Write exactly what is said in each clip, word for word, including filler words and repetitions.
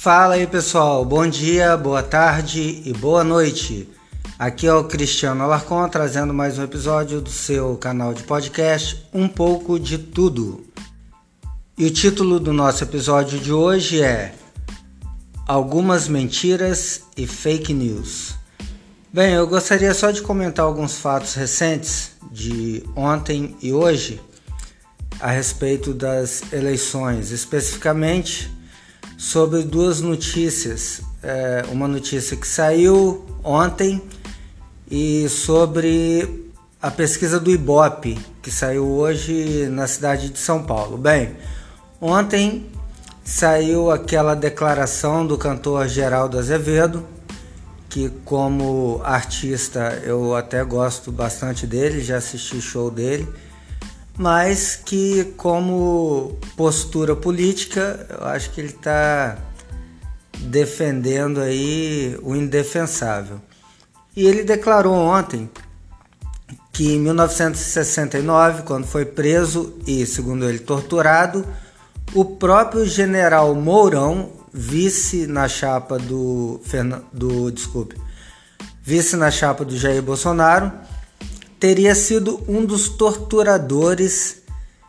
Fala aí pessoal, bom dia, boa tarde e boa noite. Aqui é o Cristiano Alarcon trazendo mais um episódio do seu canal de podcast Um Pouco de Tudo. E o título do nosso episódio de hoje é Algumas Mentiras e Fake News. Bem, eu gostaria só de comentar alguns fatos recentes de ontem e hoje a respeito das eleições, especificamente sobre duas notícias, é, uma notícia que saiu ontem e sobre a pesquisa do Ibope, que saiu hoje na cidade de São Paulo. Bem, ontem saiu aquela declaração do cantor Geraldo Azevedo, que como artista eu até gosto bastante dele, já assisti show dele, mas que como postura política, eu acho que ele está defendendo aí o indefensável. E ele declarou ontem que em mil novecentos e sessenta e nove, quando foi preso e, segundo ele, torturado, o próprio general Mourão, vice na chapa do, do desculpe, vice na chapa do Jair Bolsonaro, teria sido um dos torturadores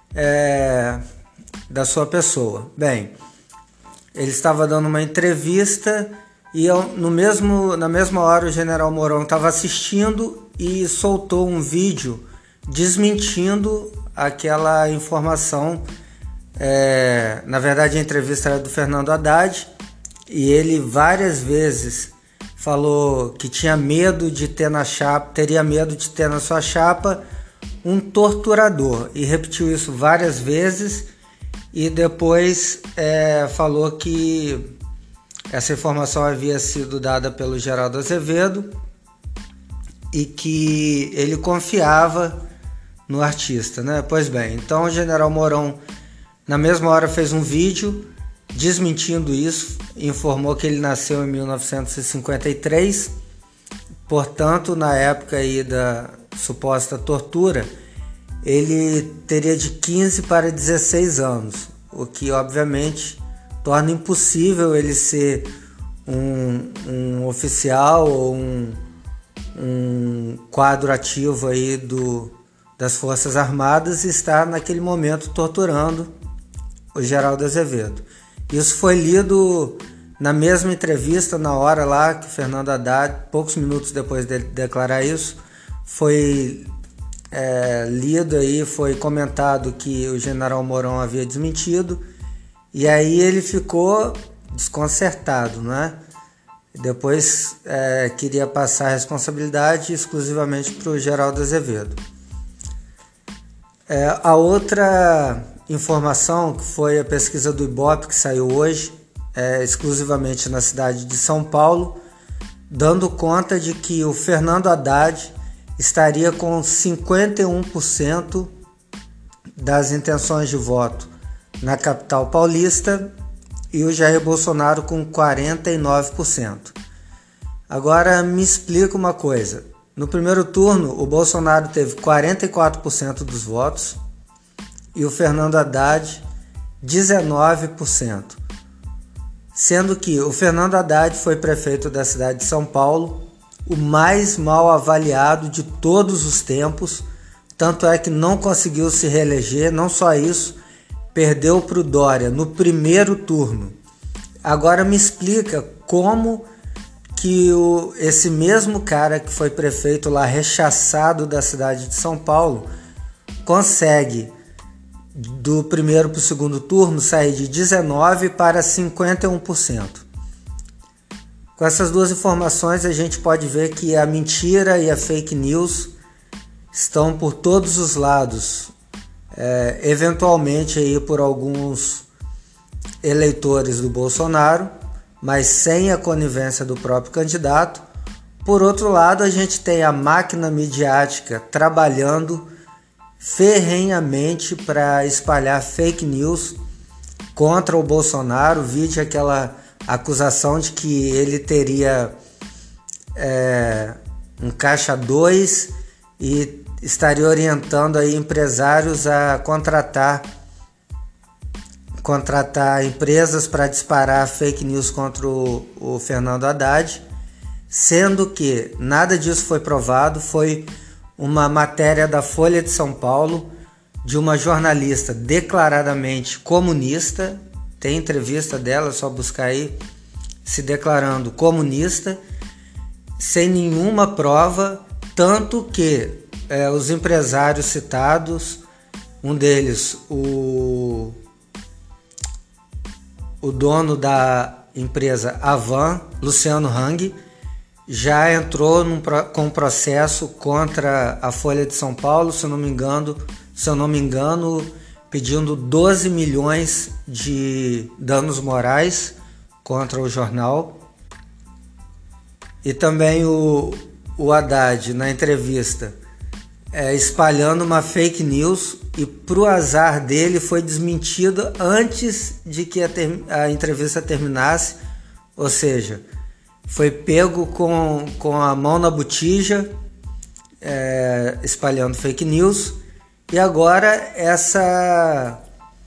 é, da sua pessoa. Bem, ele estava dando uma entrevista e eu, no mesmo, na mesma hora o general Mourão estava assistindo e soltou um vídeo desmentindo aquela informação. É, na verdade a entrevista era do Fernando Haddad e ele várias vezes falou que tinha medo de ter na chapa, teria medo de ter na sua chapa um torturador, e repetiu isso várias vezes, e depois é, falou que essa informação havia sido dada pelo Geraldo Azevedo e que ele confiava no artista, né? Pois bem, então o general Mourão na mesma hora fez um vídeo desmentindo isso, informou que ele nasceu em mil novecentos e cinquenta e três, portanto, na época aí da suposta tortura, ele teria de quinze para dezesseis anos, o que obviamente torna impossível ele ser um, um oficial ou um, um quadro ativo aí do, das Forças Armadas e estar naquele momento torturando o Geraldo Azevedo. Isso foi lido na mesma entrevista, na hora lá que o Fernando Haddad, poucos minutos depois dele declarar isso, foi é, lido aí, foi comentado que o general Mourão havia desmentido, e aí ele ficou desconcertado, né? Depois é, queria passar a responsabilidade exclusivamente para o Geraldo Azevedo. É, a outra informação, que foi a pesquisa do Ibope que saiu hoje, é, exclusivamente na cidade de São Paulo, dando conta de que o Fernando Haddad estaria com cinquenta e um por cento das intenções de voto na capital paulista e o Jair Bolsonaro com quarenta e nove por cento. Agora me explica uma coisa: no primeiro turno o Bolsonaro teve quarenta e quatro por cento dos votos e o Fernando Haddad dezenove por cento, sendo que o Fernando Haddad foi prefeito da cidade de São Paulo, o mais mal avaliado de todos os tempos, tanto é que não conseguiu se reeleger. Não só isso, perdeu para o Dória no primeiro turno. Agora me explica como que o, esse mesmo cara que foi prefeito lá, rechaçado da cidade de São Paulo, consegue do primeiro para o segundo turno sair de dezenove para cinquenta e um por cento. Com essas duas informações a gente pode ver que a mentira e a fake news estão por todos os lados, é, eventualmente aí por alguns eleitores do Bolsonaro, mas sem a conivência do próprio candidato. Por outro lado, a gente tem a máquina midiática trabalhando ferrenhamente para espalhar fake news contra o Bolsonaro, vide aquela acusação de que ele teria é, um caixa dois e estaria orientando aí empresários a contratar contratar empresas para disparar fake news contra o, o Fernando Haddad, sendo que nada disso foi provado. Foi uma matéria da Folha de São Paulo, de uma jornalista declaradamente comunista, tem entrevista dela, é só buscar aí, se declarando comunista, sem nenhuma prova, tanto que é, os empresários citados, um deles, o, o dono da empresa Avan, Luciano Hang, já entrou num, com processo contra a Folha de São Paulo, se eu não me engano, se eu não me engano, pedindo doze milhões de danos morais contra o jornal. E também o, o Haddad, na entrevista, é, espalhando uma fake news, e pro azar dele foi desmentido antes de que a, ter, a entrevista terminasse, ou seja, foi pego com, com a mão na botija, é, espalhando fake news. E agora essa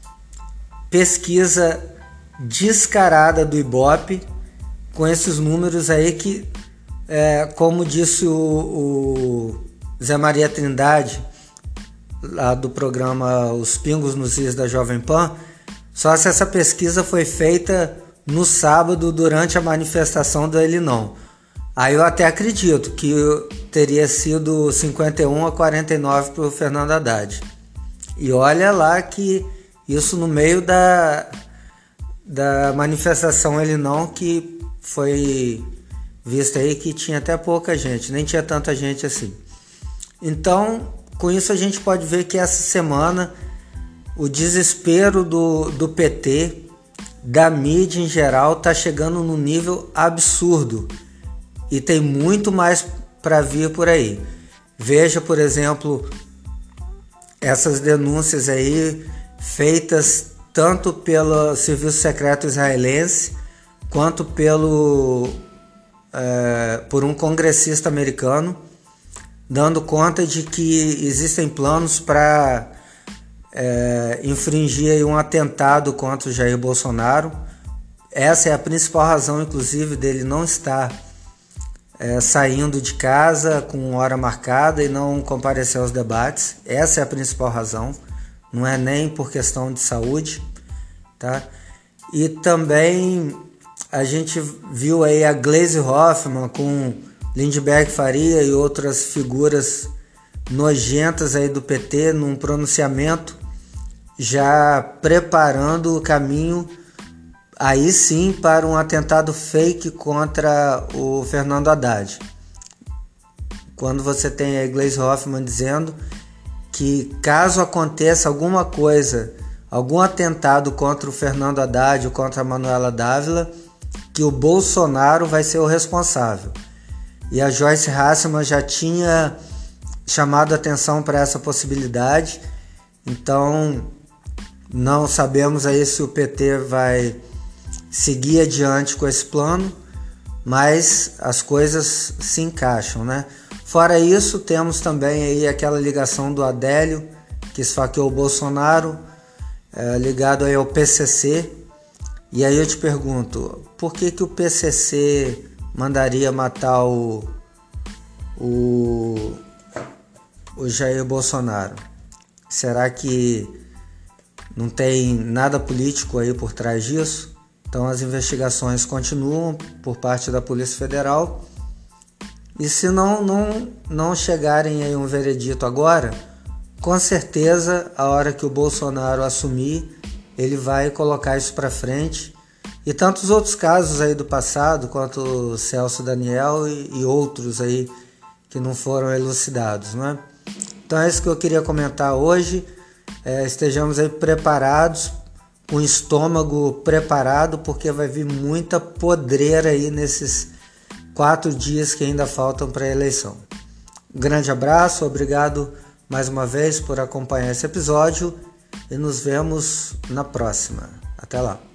pesquisa descarada do Ibope, com esses números aí que, é, como disse o, o Zé Maria Trindade, lá do programa Os Pingos nos Is da Jovem Pan, só se essa pesquisa foi feita no sábado durante a manifestação do Ele Não. Aí eu até acredito que teria sido cinquenta e um a quarenta e nove para o Fernando Haddad. E olha lá que isso no meio da, da manifestação Ele Não, que foi vista aí que tinha até pouca gente, nem tinha tanta gente assim. Então, com isso a gente pode ver que essa semana o desespero do, do P T, da mídia em geral, está chegando num nível absurdo. E tem muito mais para vir por aí. Veja, por exemplo, essas denúncias aí feitas tanto pelo Serviço Secreto Israelense quanto pelo, é, por um congressista americano, dando conta de que existem planos para é, infringir aí um atentado contra o Jair Bolsonaro. Essa é a principal razão, inclusive, dele não estar É, saindo de casa com hora marcada e não comparecer aos debates. Essa é a principal razão, não é nem por questão de saúde, tá? E também a gente viu aí a Gleisi Hoffmann com Lindbergh Faria e outras figuras nojentas aí do P T num pronunciamento, já preparando o caminho aí sim para um atentado fake contra o Fernando Haddad. Quando você tem a Gleisi Hoffmann dizendo que caso aconteça alguma coisa, algum atentado contra o Fernando Haddad ou contra a Manuela Dávila, que o Bolsonaro vai ser o responsável. E a Joyce Hasselmann já tinha chamado atenção para essa possibilidade, então não sabemos aí se o P T vai seguir adiante com esse plano, mas as coisas se encaixam, né? Fora isso, temos também aí aquela ligação do Adélio, que esfaqueou o Bolsonaro, é, ligado aí ao P C C. E aí eu te pergunto, por que que o P C C mandaria matar o, o, o Jair Bolsonaro? Será que não tem nada político aí por trás disso? Então as investigações continuam por parte da Polícia Federal, e se não, não, não chegarem a um veredito agora, com certeza a hora que o Bolsonaro assumir, ele vai colocar isso para frente. E tantos outros casos aí do passado, quanto o Celso Daniel e, e outros aí que não foram elucidados, né? Então é isso que eu queria comentar hoje. É, estejamos aí preparados, com o estômago preparado, porque vai vir muita podreira aí nesses quatro dias que ainda faltam para a eleição. Um grande abraço, obrigado mais uma vez por acompanhar esse episódio e nos vemos na próxima. Até lá.